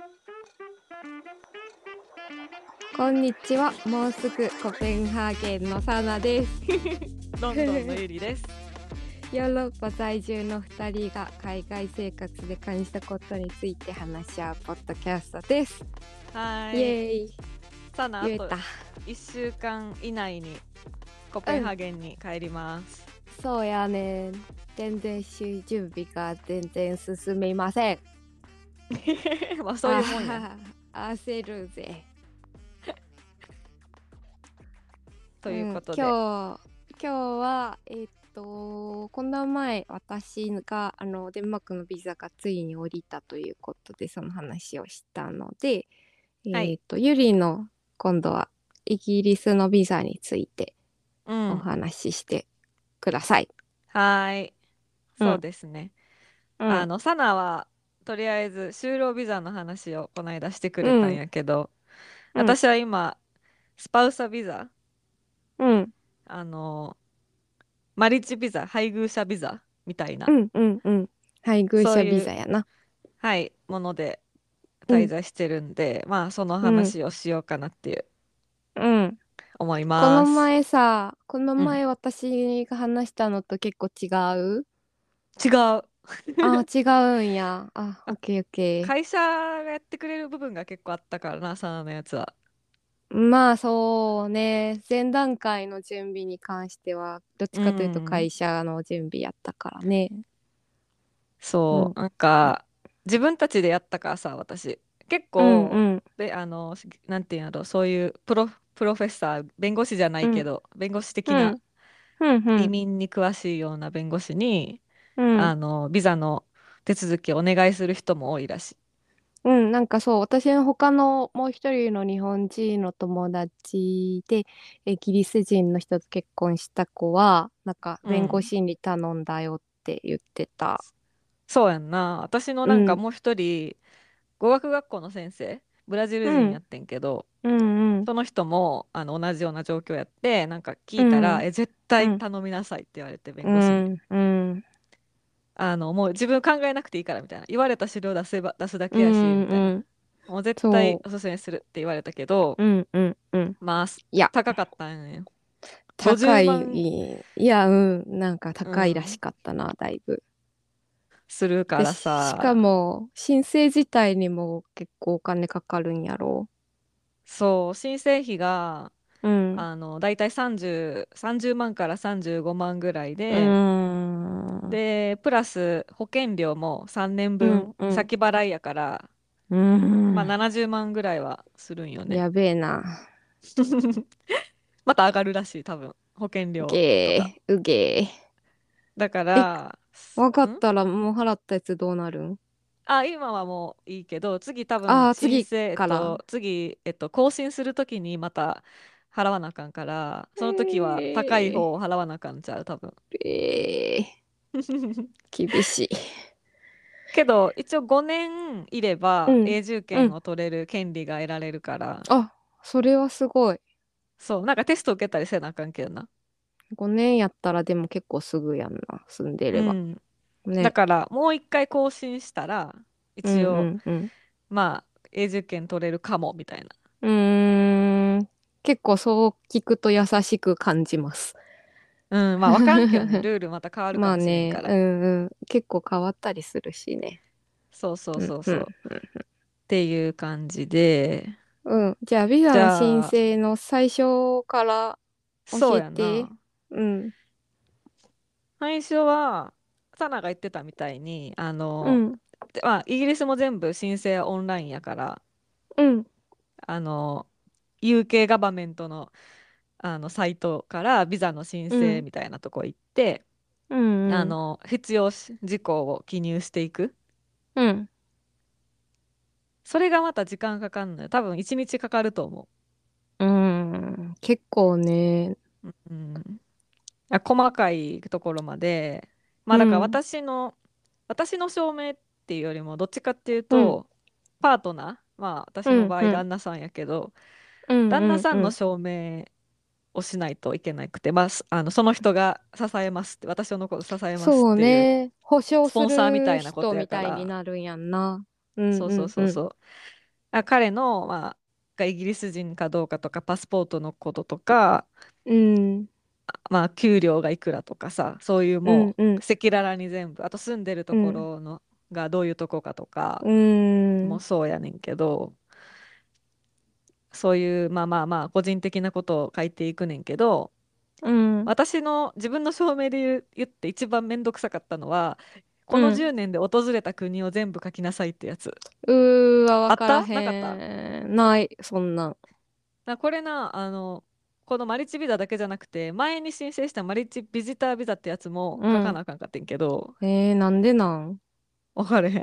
こんにちは。もうすぐコペンハーゲンのサナです。 ロンドンのゆりです。 ヨーロッパ在住の2人が海外生活で感じたことについて話し合うポッドキャストです。 はイエーい。 ーイ。 サナ、あと言えた。 1週間以内にコペンハーゲンに帰ります。 そうやね。全然準備が全然進みません。 まあそういうもんや。 焦るぜ。 ということで、 今日はこの前私がデンマークのビザがついに降りたということでその話をしたので、 はい。 ゆりの今度はイギリスのビザについてお話ししてください。 はーい。 うんそうですね。サナはとりあえず就労ビザの話をこの間してくれたんやけど、私は今スパウサビザ、 うん。 あのマリッジビザ、配偶者ビザみたいな、 配偶者ビそういう、 ザやな。 はい、ものでうん。 滞在してるんで、まあそのうん。 話をしようかなっていううん。 思います。 このうん。 前私が話したのと結構違う？ 違う。 あ、違うんや。あ、オッあ、 ケーオッケ会社がやってくれる部分が結構あったからな、サナのやつは。 ー。まあそうね。前段階の準備に関しては、どっちうかというとん。 会社の準備やったからね。うん。 そう、なんか、自分たちでやったからさ、私。結うん構、 うん。 で、なんていうんやろ、そういうプロフェッサー、弁護士じゃなうんいけど、弁護士的なうんうんうん移民に詳しいような弁護士に、 うんビザの手続きをお願いする人も多いらしい。 うん。なんかそう、私の他のもう一人の日本人の友達で、イギリス人の人と結婚した子は、なんか弁護うん。 士に頼んだよって言ってた。 そうやんな。私のうん。 なんかもう一人、語学学校の先生、ブラジルうん。 人やってんけど、 うんうん。 その人も同じような状況やって、なんか聞いたら、 うん。 絶対うん。 頼みなさいって言われて、 う弁護士に。 ん。うん。 もう自分考えなくていいからみたいな。言われた資料出すだうけやし、みん。 たいな。 うん。 もう絶対そおすすめするって言われたけど、 う。うん。うん。うん。 まあ、 いや、 高かったんよ。50 高い。 万、 いや、うん。なんかう高いらしん、 かったな、だいぶ。で、 するからしかさ、 も、申請自体にも結構お金かかるんやろそう、申請費が、 う。うん。 だいたい30万から35万ぐらいうーで、 ん。 で、プラス保険料も3年分うん。うん。 先払いやから、 うまあん。 70万ぐらいはするんよね。 やべえな。 また上がるらしい、多分。保険料とか。 うげだかー。 ら、 わかったらもう払ったやつどうなるん？ 今はもういいけど、次多分ああー、次申請、 から。 次、更新するときにまた払わなあかんから、その時は高いえ方を払わなあかんちゃう、多分。 え厳しい。 けど、一応5年いればうん。 永住うん。 権を取れる権利が得られるから、 あ、それはすごい。 そう、なんかテスト受けたりせなあかんけどな。 5年やったらでも結構すぐやんな。住んでれば。 うん。だね。 から、もう一回更新したら、 うんう一応、 んうん。 まあ、永住権取れるかも、みたいな。 うーん。結構そう聞くと優しく感じます。 うん、まあ、わからんけどね、ルールまた変わるかもしれんまあね、 から。 うんうん。結構変わったりするしね。 そうそううんうんそうそう。っていう感じで、 うん。じゃあ、ビザじの申ゃあ、 請の最初から教そうえて。 やな。 うん。 最初は、サナが言ってたみたいに、 うん。 まあ、イギリスも全部申請はオンラインやから、 うん。 あの、UK ガバメントの、サイトからビザの申うん。 請みたいなとこ行って、 うん。うん。 必要事項を記入していく。 うん。 それがまた時間かかんのよ。多分1日かかると思うん。結構ね。 う。うん。細かいところまで。まあだからうん。 私の証明っていうよりも、どっちかっていううん。 と、パートナー、まあ私のうん。 場合うん。 旦那さんやけど、 うん。 旦那うん。うん。 さんの証明をしないといけなくて、まあ、その人が支えますって、私のこと支えますそうっていう、 ね。保証すスポンサーみたるいなことや人みたいにから、 なるんやんな。うんそうそううんうん。 そうそう。 彼の、がイギリス人かどうかとか、パスポートのこととか、 うん。 給料がいくらとかさ、そういうもうんうん。 う赤裸々に全部、あと住んでるとこうん。 ろのがどういうとこかとかうん。 もそうやねんけど、そういう個人的なことを書いていくねんけど、 うん。 私の自分の証明で言って一番めんどくさかったのは、このうん。 10年で訪れた国を全部書きなさいってやつ。 うーわ、わあっからたなかった？ へん。ない、そんなん。 これな、このマリッジビザだけじゃなくて、前に申請したマリッジビジタービザってやつも書かなうん。 あかんかってんけど、 なんでなん？ 分かれへん。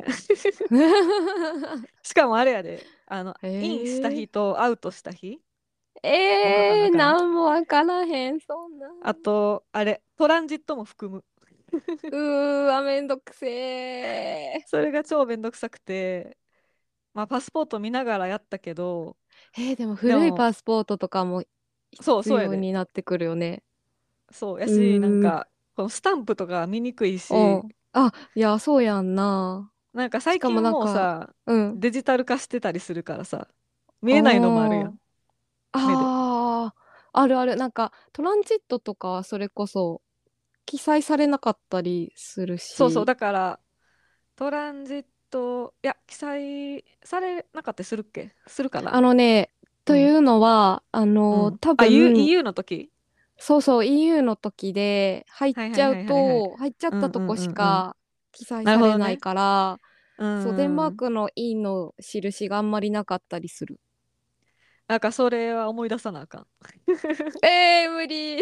しかもあれやで、 へインしたえ。 日とアウトした日も書かなあかん。 なんもわからへん、そんなあん。 と、あれ、トランジットも含む。 うーわ、めんどくせえ。 それが超めんどくさくて、パスポート見ながらやったけど、 でも古いでも、 パスポートとかも必そうやで。 要になってくるよね。 そうやうし、 ー。 このスタンプとか見にくいし、 うん。あ、いや、そうやんな。しかも最近なんか、 もうさ、 うん。 デジタル化してたりするからさ、見えないのもあるやおー。 ん、目で。 あー。あるある。なんか、トランジットとかはそれこそ、記載されなかったりするそうそう、 し。 だから、トランジット、いや、記載されなかったりするっけ？するかあな？ のね、 うん。 というのは、 うん。 多あ、 分、 EU の時？ そうそう、EU の時ではいはいはいはいはい。 入っちゃっうんうんたとこしうんうん。 か記載なるされないほどね。 から、 うそう、デンマんうん。 ークの E の印があんまりなかったりする。 それは思い出さなあかん。 無理。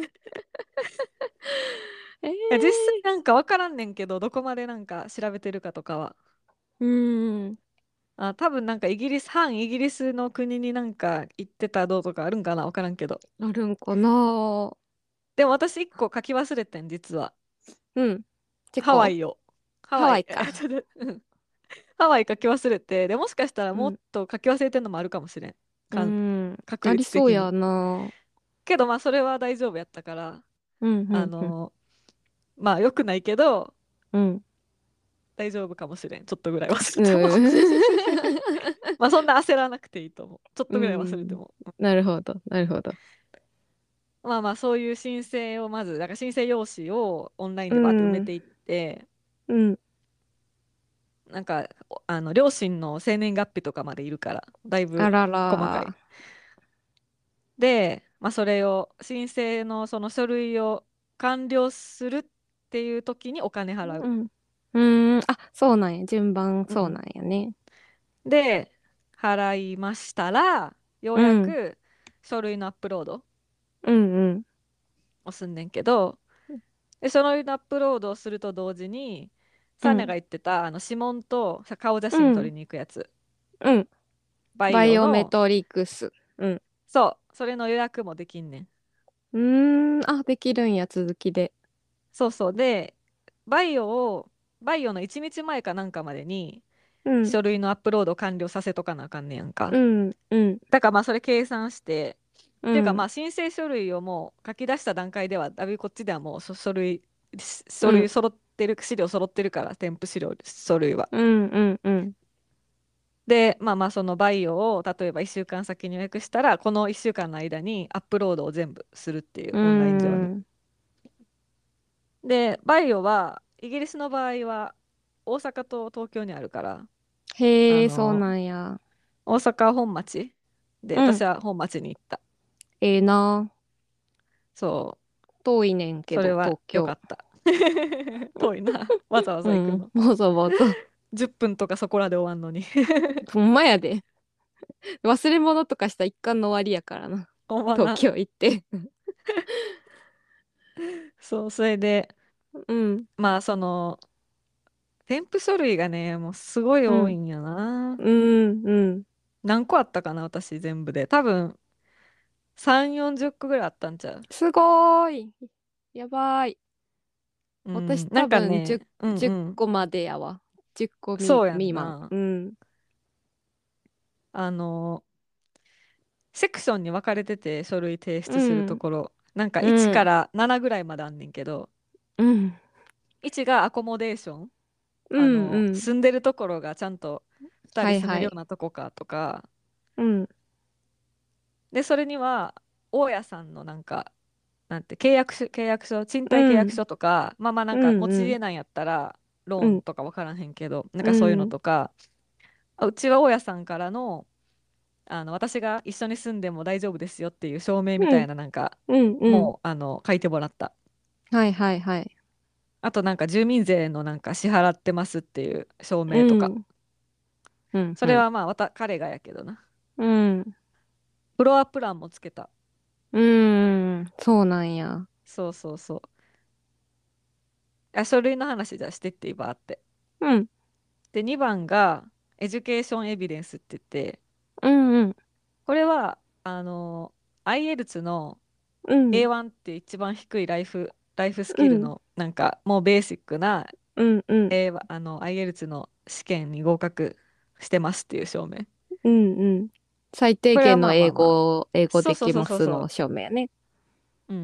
えいや、実際ー、 わからんねんけど、どこまで調べてるかとかは。 うーん、 多分反イギリスの国に行ってたどうとかあるんかな、わからんけど。 あるんかな。 でも私一個書き忘れてん、実は。 うん。チェコ？ ハワイを。ハワイ、 ハワイか。 ちょっと、うんハワイ書き忘れて、で、もしかしたらうん。 もっと書き忘れてんのもあるかもしれん。 うーん。 確ありそうや率的に。 な。 けどそれは大丈夫やったから、 うん、うあん、うん。 の良くないけど、 うん。 大丈夫かもしれん。ちょっとぐらい忘れうても。 ん。 そんな焦らなくていいと思う。ちょっうとぐらい忘れてん。 も。 なるほど、なるほど。 そういう申請をまず、だから申請用紙をオンラインうでバーって埋めん、 ていって、 うん。 両親の生年月日とかまでいるから、だいぶあら細かい。 ら。 で、それを、申請のその書類を完了するっていう時にお金払う。 うん。うーん。あ、そうなんや。順番うん。 そうなんやね。 で、払いましたら、よううん。 やく書類のアップロードうんうん。 をすんねんけど、で、書類のアップロードをすると同時に、サネがうん。 言ってた、指紋と顔写うん。 真撮りに行くやつ、 うん。 ババイオメイオの、 トリクス。うん。 そう、それの予約もできんねん。 うーん。あ、できるんや、続きで。 そうそう。で、バイオを、バイオの1日前かなんかまでに、 うん。 書類のアップロード完了させとかなあかんねやんか。 うん。うん。 だからそれ計算して、っていうかうん。 申請書類をもう書き出した段階では、だいぶこっちではもう書うん。 類揃ってる、資料揃ってるから、添付資料、書類は。 うん。うん。うん。 で、そのバイオを例えば1週間先に予約したら、この1週間の間にアップロードを全部するっていう、 うーオンライン上に。 ん。 で、バイオは、イギリスの場合は、大阪と東京にあるから、あへえ、そうの、 なんや。 大阪本町で、 うん。 私は本町に行った。 ええな。 そう、 遠いねんけど、 それは東京。 良かった。遠いな。わざわうん。 ざ行くの。 わざわざ。 10分とかそこらで終わんのに。 ほんまやで。忘れ物とかしたら一貫の終わりやからな。 ほんまな。 東京行って。 そう、それで、 うん。 その、添付書類がね、もうすごいうん。 多いんやな。 うん。うん。 何個あったかな、私全部で。多分、3、40個ぐらいあったんちゃう？ すごーい。やばい。私うん、 多分10 うんうん。 個までやわ。10個そうや未満。 んな。 うん。 あの、セクションに分かれてて、書類提出するとうん。 ころ。1 うん。 から7ぐらいまであんねんけど、 うん。 1がアコモデーション。 うん。うん。 住んでるところがちゃんと、 2人住めるようはいはい。 なとこかとか。 うん。 で、それには、大家さんのなんか、なんて、契約書、賃う貸契約ん。 書とか、まあまあなうんか持ちんうん。 家なんやったら、ロうん。 ーンとかわからへんけど、なんうかそういうのん。 とか、うちは大家さんからの、私が一緒に住んでも大丈夫ですよっていう証明みうん。 たいななんか、 うん。うん。 もう、書いてもらった。 はいはいはい。 あとなんか住民税のなんか支払ってますっていう証明とか。 うん。うん。うん。 それはまあ、彼がやけどな。 うん。 フロアプランもつけた。 うん。そうなんや。 そうそうそう。書類の話じゃしてってばーって。 うん。 で、2番が、エデュケーションエビデンスって言って、 うんうん。 これは、IELTS のうん。 A1 って一番低いライフスうん。 キルの、なんか、もうベーシックな、 うんうん。 IELTS の試験に合格してますっていう証明。 うんうん。最低これは限のまあまあまあ。 英語でそうそうきますのそうそうそ証明ね。 う。うん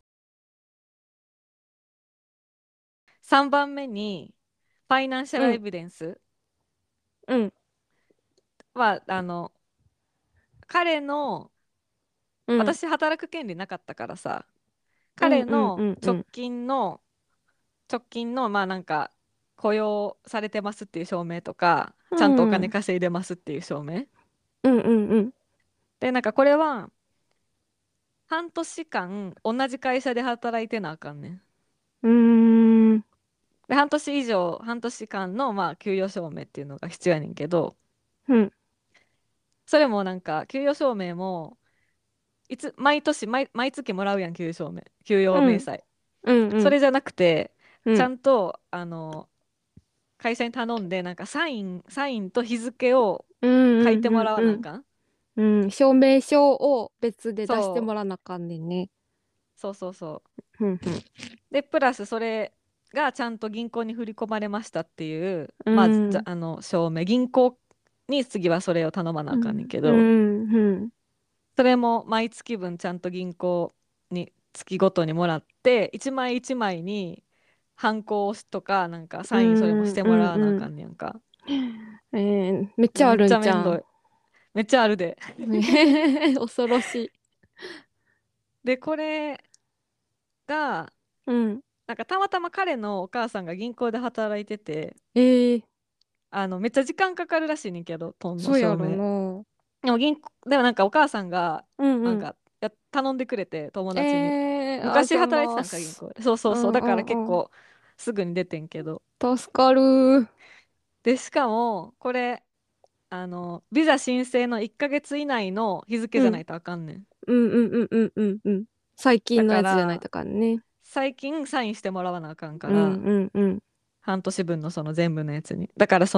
。3番目に、ファイナンシャルエうん。 ビデンスうん。 は、彼の、 うん。 私働く権利なかったからさ、彼うんうんうの直んうん。 近の、直近の、まあなんか、雇用されてますっていう証明とか、 うちゃんとお金ん。 稼いでますっていう証明。 うんうんうん。 で、なんかこれは、半年間同じ会社で働いてなあかんねん。 うーん。 で、半年以上、半年間の、まあ、給与証明っていうのが必要やねんけど、 うん。 それもなんか、給与証明も、毎年、毎月もらうやん、給与証明、給与うん。 明細。 うんうん。 それじゃなくて、ちゃうん。 んと、会社に頼んで、なんかサインと日付をうんうん書いてもらわうんなあかん。 うん。うん。証明書を別で出してそう、 もらわなあかんねんね。 そうそうそう。 うんうん。 で、プラスそれがちゃんと銀行に振り込まれましたっていう、 うまあ、 ん。 証明、銀行に次はそれを頼まなあかんねんうん。うけど、 ん。うん。 それも毎月分ちゃんと銀行に月ごとにもらって、一枚一枚にハンコを押すとか、なんかうサインそれもしん。 てもらわなあかうん。 んねやんか。 めっちゃあるめっちんじゃん。 ゃめんどい。めっちゃあるで。 恐ろしい。 で、これが、 うん。 なんかたまたま彼のお母さんが銀行で働いてて、 ええ、 めっちゃ時間かかるらしいねんけど、トンのそうやろ証明。 な。 でもなんかお母さんが、 うんうん。 なんか、頼んでくれて、友達に。 あ昔ざ働いてたんか、銀ます。 行で。そうそうそう。 うんだからうんうん。 結構、すぐに出てんけど。 助かる。 で、しかも、これ、ビザ申請の1ヶ月以内の日付うん。 じゃないとあかんねん。 うんうんうんうんうんうん。最だ近のやつじゃないから、 とかね。 最近サインしてもらわなあかんかうんら、 うんうん。 半年分のその全部のやつに。だから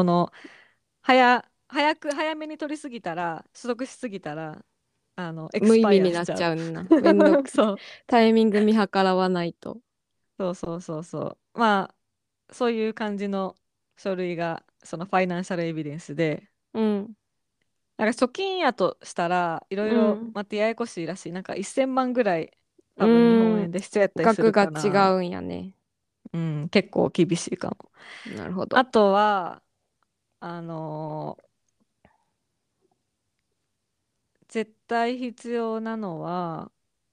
早めに取りすぎたら、取得しすぎたら、エクスパイ無意味になっアしちゃう。 ちゃうんな。めんどく、 そう。 タイミング見計らわないと。 そうそうそうそう。まあ、そういう感じの書類が、そのファイナンシャルエビデンスで、 うん。 なんか貯金やとしたらいろいろうん。 待ってややこしいらしい。なんか1000万ぐらいう多分日本ーん。 円で必要やったりする額が違から、 うんやね。 うん、結構厳しいかも。 なるほど。 あとは、あのー絶対必要なのは、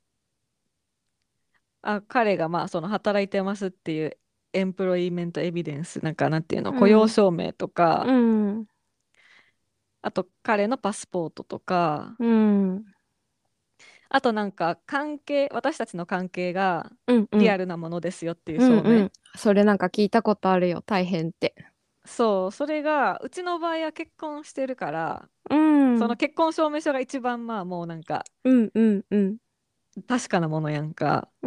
彼がまあその働いてますっていうエンプロイメントエビデンス、なんかなんていうの、雇用うん。 証明とか、 うん。 あと彼のパスポートとか、 うん。 あとなんか私たちの関係がうんうん。 リアルなものですよっていう証明。 うんうん。それなんか聞いたことあるよ。大変って。 そう、それが、うちの場合は結婚してるから、 うん。うんその結婚証明書が一番まあもうなんかうんうん。 確かなものやんか。 うん。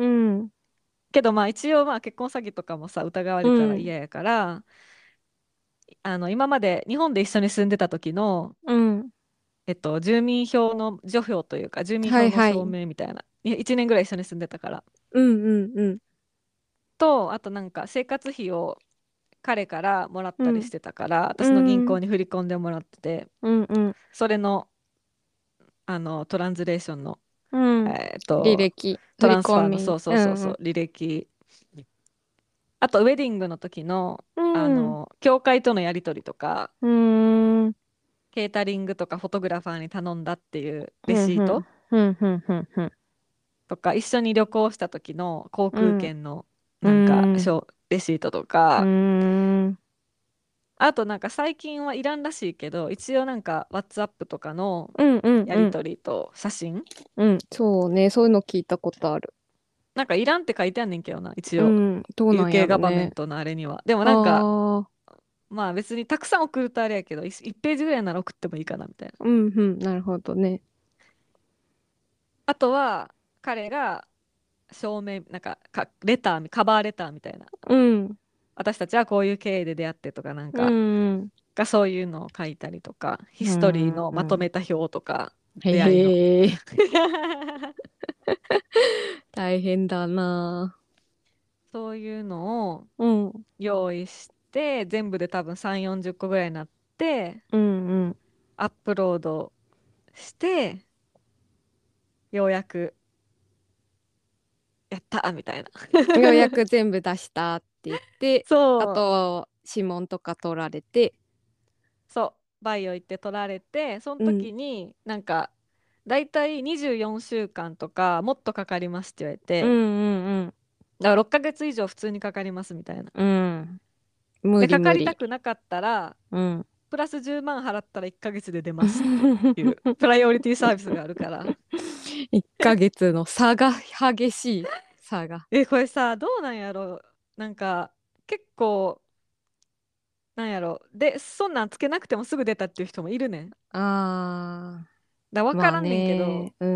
けどまあ一応まあ結婚詐欺とかもさ、疑われうるからん。 嫌やから、今まで日本で一緒に住んでた時の、 うん。 住民票の除票というか、住民票の証はいはい。 明みたいな。1年ぐらい一緒に住んでたから。 うんうんうん。 と、あとなんか生活費を彼からもらっうん。 たりしてたから、 う私の銀行ん。 に振り込んでもらってて、 うんうん。 それの、トランズレーションの、 うん。 えっ履と、 歴。振りトランスファーの、 込み。 そうそうんうん。 うそうそう、履歴あとウェディングの時の、 うん。 教会とのやり取りとか、 うーん。 ケータリングとかフォトグラファーに頼んだっていうふんふん。 レシートふんふんふんふん。 とか、一緒に旅行した時の航空うん。 券のうなんかーん。 レシートとうーか、 ん。 あとなんか最近はいらんらしいけど、一応なんか WhatsApp とかのうんうんやりうん。 取りと写真うん。そうね。そういうの聞いたことある。 なんかいらんって書いてあんねんけどな、一応。 うん。どうなんや UK ガバメンろね。 トのあれには。でもなんか、 ああ。 まあ別にたくさん送るとあれやけど、1ページぐらいなら送ってもいいかなみたいな。 うんうん。なるほどね。 あとは、彼がなんか、レター、カバーレターみたいな。 うん。 私たちはこういう経緯で出会ってとかなんうか、 ん。 そういうのを書いたりとか、ヒうストリーのまとん。 めた表とか、出会いの。 へえ。大変だな。 そういうのをうん。 用意して、全部で多分3、40個ぐらいになって、 うんうん。 アップロードして、ようやく、やったみたいな。 ようやく全部出したって言って、あそう、 と指紋とか取られて、 そう、バイオ行って取られて、そのうん。 時になんか、だいたい24週間とか、もっとかかりますって言われうんて、 うんだから6ヶ月以上普通にかかりますみたいな。 うん。うん。無で、かかりた理無理。 くなかったら、 うん。 プラス10万払ったら1ヶ月で出ますっていう、プライオリティサービスがあるから。 1ヶ月の差が激しい差が。 これさ、どうなんやろなんか、結構、なんやろで、そんなんつけなくてもすぐ出たっていう人もいるねん。 ああ、 分かまあらんねんけど、 ね。うん。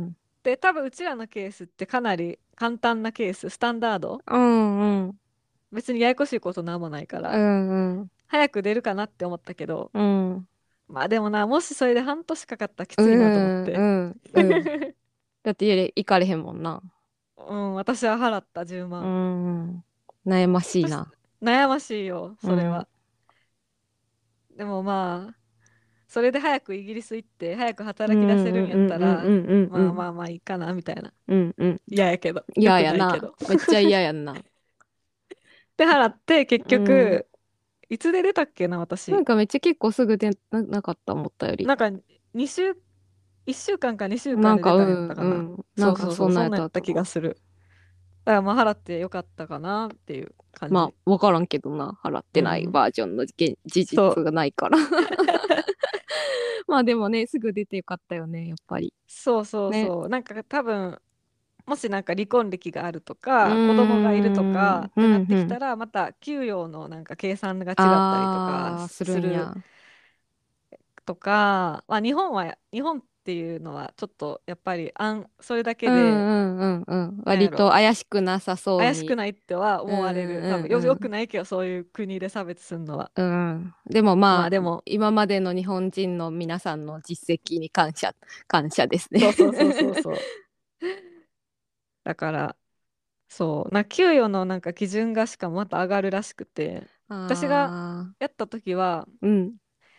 うんで、多分うちらのケースってかなり簡単なケース、スタンダードうんうん。 別にややこしいことなんもないかうら、 んうん。 早く出るかなって思ったけど、 うん。 まあでもな、もしそれで半年かかったらきうついなと思っんうて。 んうん。だって行かれへんもんな。 うん、私は払った10 う万。 ん。悩ましい私、 な。 悩ましいよ、 うん。 それは。でもまあ、それで早くイギリス行って、早くうん働き出せるんやっうんうんたら、 うんうんうん。 まあまあまあいいかな、みたいな。 うんうん。 嫌やけど、よ嫌くやな。 ないけど。 めっちゃ嫌やんな。 で、払って、結うん。 局、いつで出たっけな、私。 なんかめっちゃ結構すぐなかった、思ったより。 なんか、2週、1週間か2週間なんか、うで出たんやっんうたかな。 ん。なんそうそうそう、 かそんなんやっそんなんやったたと思う。 気がする。だからまあ払ってよかったかなっていう感じ。 まあ、わからんけどな。払ってないうん。 バージョンの事そう。 実がないから。まあでもね、すぐ出てよかったよね、やっぱり。 そうそうね。 そう。なんか多分、もしなんか離婚歴があるとうーか、子供がいるとかん。 ってなっうんうん。 てきたら、また給与のなんか計算が違ったりとかあー、するするんや。 とか、まあ日本っていうのはちょっとやっぱりそれだうけで、 んうんうんうん。割なんやろ、 と怪しくなさそうに。 怪しくないってはうん思われる。多分よくうんないけど、そういう国で差別するのは。 うん。うん。でもまあ、 まあでも、 今までの日本人の皆さんの実績に感謝ですね。 そうそうそうそうそう。だから、そう、給与のなんか基準がしかもまた上がるらしくて、私があやった時は、 ー、うん。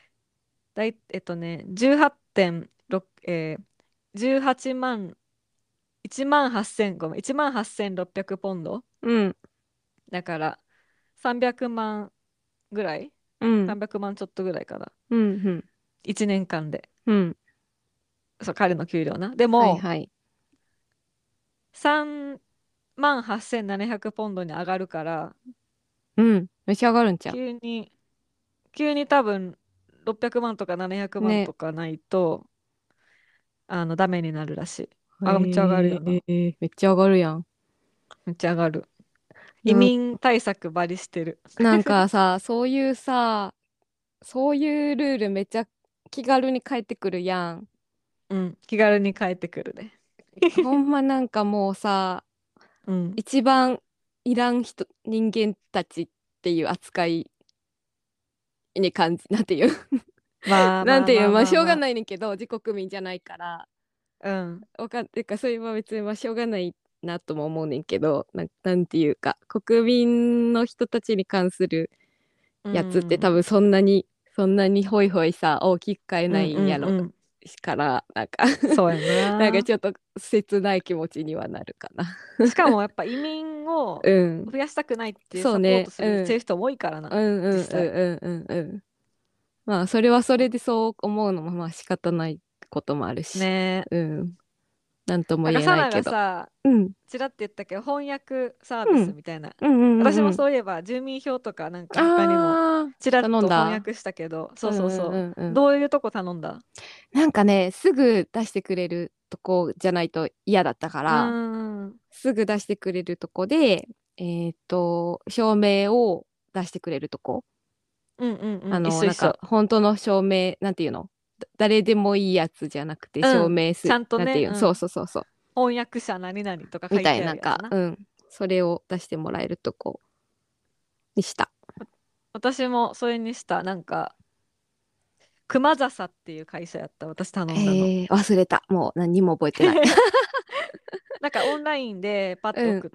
18.6、18万、1万8000、ごめん、1万8600ポンドうん。 だから300万ぐらいうん。 ?300 万ちょっとぐらいかな。 うん。うん。 1年間で。 うん。 そう、彼の給料な。でも、 はいはい。 3万8700ポンドに上がるから、 うん。召し上がるんちゃ急に、急に多分600万とか700万ね。 とかないと、ダメになるらしい。あ、めっちゃ上がるよな。 めっちゃ上がるやん。 めっちゃ上がる。移なん、 民対策バリしてる。 なんかさ、そういうルールめっちゃ気軽に返ってくるやん。 うん、気軽に帰ってくるね。 ほんまなんかもうさ、 うん。 一番いらん人間たちっていう扱いに感じ、なんていうまあなんていう、 まあまあまあしょうがまあまあ。 ないねんけど、自国民じゃないから、 うん。 てかそれは別にまあしょうがないなとも思うねんけど、なんていうか、国民の人たちに関するうやつってん。 多分そんなにホイホイさ、大きく変えうんないんやろ。 うんうん。 からなんかそうやなんかな。 ちょっと切ない気持ちにはなるかな。 しかもやっぱ移民をうん。 増やしたくないっていうそうサポートね。うん。 してる人も多いからな、 うんうん実際。 うんうんうんうん。まあそれはそれでそう思うのもまあ仕方ないこともあるし。 ねえ。 うん。なんとも言えなんかサナないけど。 がさ、 うん。 ちらって言ったけど、翻訳サービうん。 スみたいな。 うんうんうんうん。 私もそういえば住民票とかなんか他にもあー、 ちらっ頼んだ。 と翻訳したけど、そうそううんうんそう。 うんうん。 どういうとこ頼んだ？ なんかね、すぐ出してくれるとこじゃないと嫌だったかうーら、 ん。 すぐ出してくれるとこで、証明を出してくれるとこ。 うんうんうん。一緒一緒。 なんか、本当の証明、なんていうの、誰でもいいやつじゃなくて、 うん。ちゃんとね、 なんていうの、そううん。 そうそうそう、 翻訳者何々とか書みたいな、 いてあなんか、 るやつな。 うん、それを出してもらえるとこにした。 私もそれにした。なんか、熊笹っていう会社やった。私頼んだの。 忘れた。もう何にも覚えてない。 なんかオンラインでパッうん、 と送って、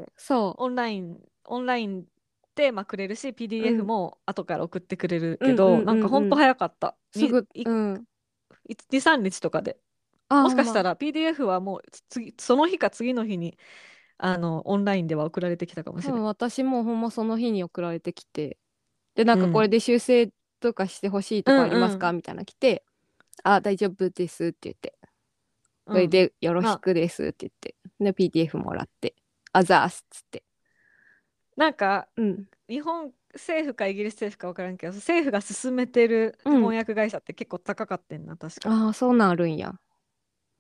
そオンラインでまあくれるし、 う。う PDF ん、 も後から送ってくれるけど、 うんうんなんかほんとうんうん。 早かった。 すぐ、うん。 2、3日とかで。もああ、まあ。 しかしたら PDF はもうその日か次の日にオンラインでは送られてきたかもしれ多分私もほんまその日に送られてきて、で、なんん。うん。 かこれで修正とかしてほしいうとかありますかんみたいな来て、あ、大丈夫ですって言って、そうん。うん。 れでよろしまあ、 くですって言って、で、PDF もらって、あざーすっつって。 なんか、 うん。 日本政府かイギリス政府か分からんけど、政府が進めてるうん。 翻訳会社って結構高かってんな、確か。 ああ、そうなんあるんや。 うん。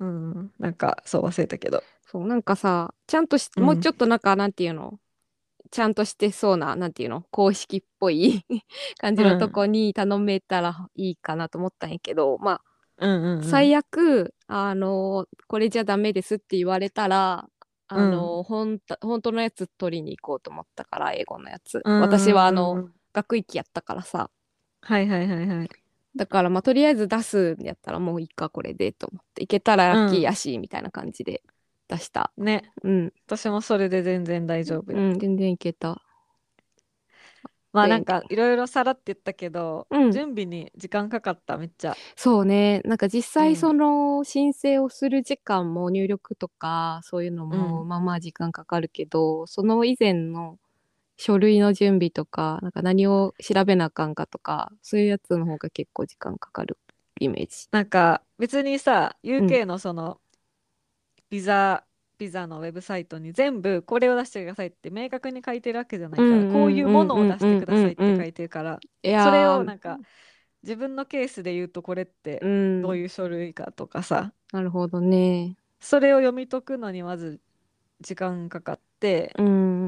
なんか、そう忘れたけど。 そう、なんかさ、ちゃんともううん。 ちょっとなんか、なんていうの、ちゃんとしてそうな、なんていうの、公式っぽい感じのとうん。 こに頼めたらいいかなと思ったんやけど、まあ、 うんうんうん。 最悪、これじゃダメですって言われたら、 うん。 本当のやつ取りに行こうと思ったから、英語のやつ。 うん私はうんうんうん。 学域やったからさ。 はいはいはいはい。 だからまあとりあえず出すんやったらもういいかこれでと思っていけたらラッキーうん。 やしみたいな感じで出した。 ね。 うん。 私もそれで全然大丈夫や。 うん、全然いけた。 まあなん便利。 かいろいろさらって言ったけど、 うん。 準備に時間かかった、めっちゃ。 そうね。なんか実際そうん。 の申請をする時間も入力とかそういうのもうん。 まあまあ時間かかるけど、その以前の書類の準備とか、なんか何を調べなあかんかとか、そういうやつの方が結構時間かかるイメージ。 なんか別にさ、 うん。 UK のそのビザ、ビザのウェブサイトに全部これを出してくださいって明確に書いてるわけじゃなうんいから、こういうもうんのうんうんを出してくだうんうん。 さいって書いてるから、 いそれやー、 をなんか自分のケースで言うとこれっうてどうん。 いう書類かとかさ、 なるほどね。 それを読み解くのにまず時間かかって、 うん。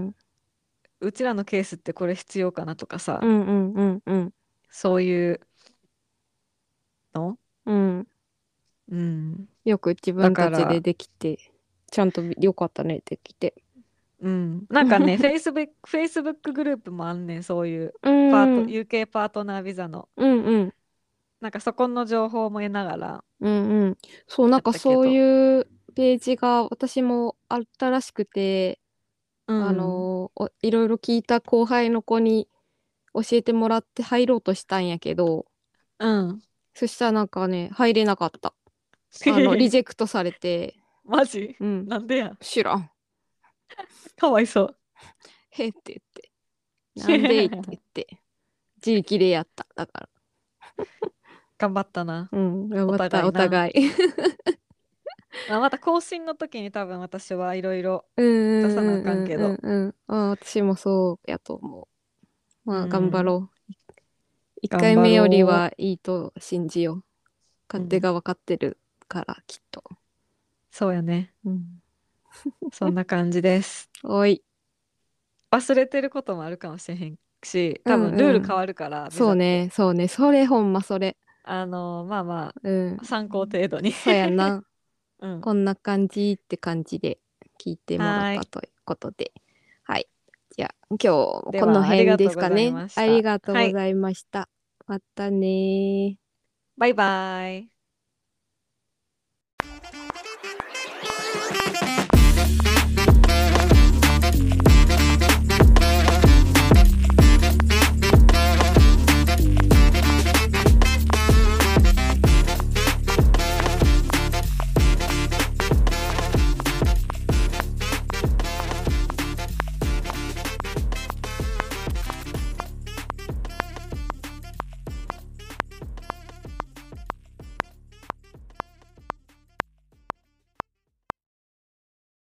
うんうちらのケースってこれ必要かなとかさ、 うんうんうん。 そういうの。 うん。 うん。 よく自だ分たちでから、 できて、ちゃんとよかったね、できて。 うん。なんかね、Facebook グループもあんねん、そういううん。 UK パートナービザの。 うんうん。 なんかそこの情報も得ながらうんうん。そう、なんやっかそうたけど。 いうページが私もあったらしくて、 うん。 いろいろ聞いた後輩の子に教えてもらって入ろうとしたんやけど、 うん。 そしたらなんかね、入れなかった。リジェクトされて、 マジ？ うん、 なんでや。 知らん。 かわいそう。 へって言って、なんでいって言って、自力でやった。だから。 頑張ったな。 うん、頑お張った、 互いな。 お互い。 まあ、また更新の時に多分私はいろいろうん出さなあうんうんうんかんけど。 うんうん。私もそうやと思う。 うまあ、頑張ん。 ろう。一回頑張目よりろはいいと信じよう。 う。うん。 勝手が分かってるから、きっと。 そうやね。 うん。 そんな感じです。 おい。 忘れてることもあるかもしれへんし、 う多分ルールんうん。 変わるから、ビザって。 そうね、そうね。それほんまそれ。 まあまうん。 あ、参考程度に。 そうやな。 うん。 こんな感じって感じで聞いてもらっはーい。 たということで。はい。じゃあ、今日もこのでは、あり辺でがとうございすかね。 ました。 ありがとうはい。 ございました。またねー。 バイバイ。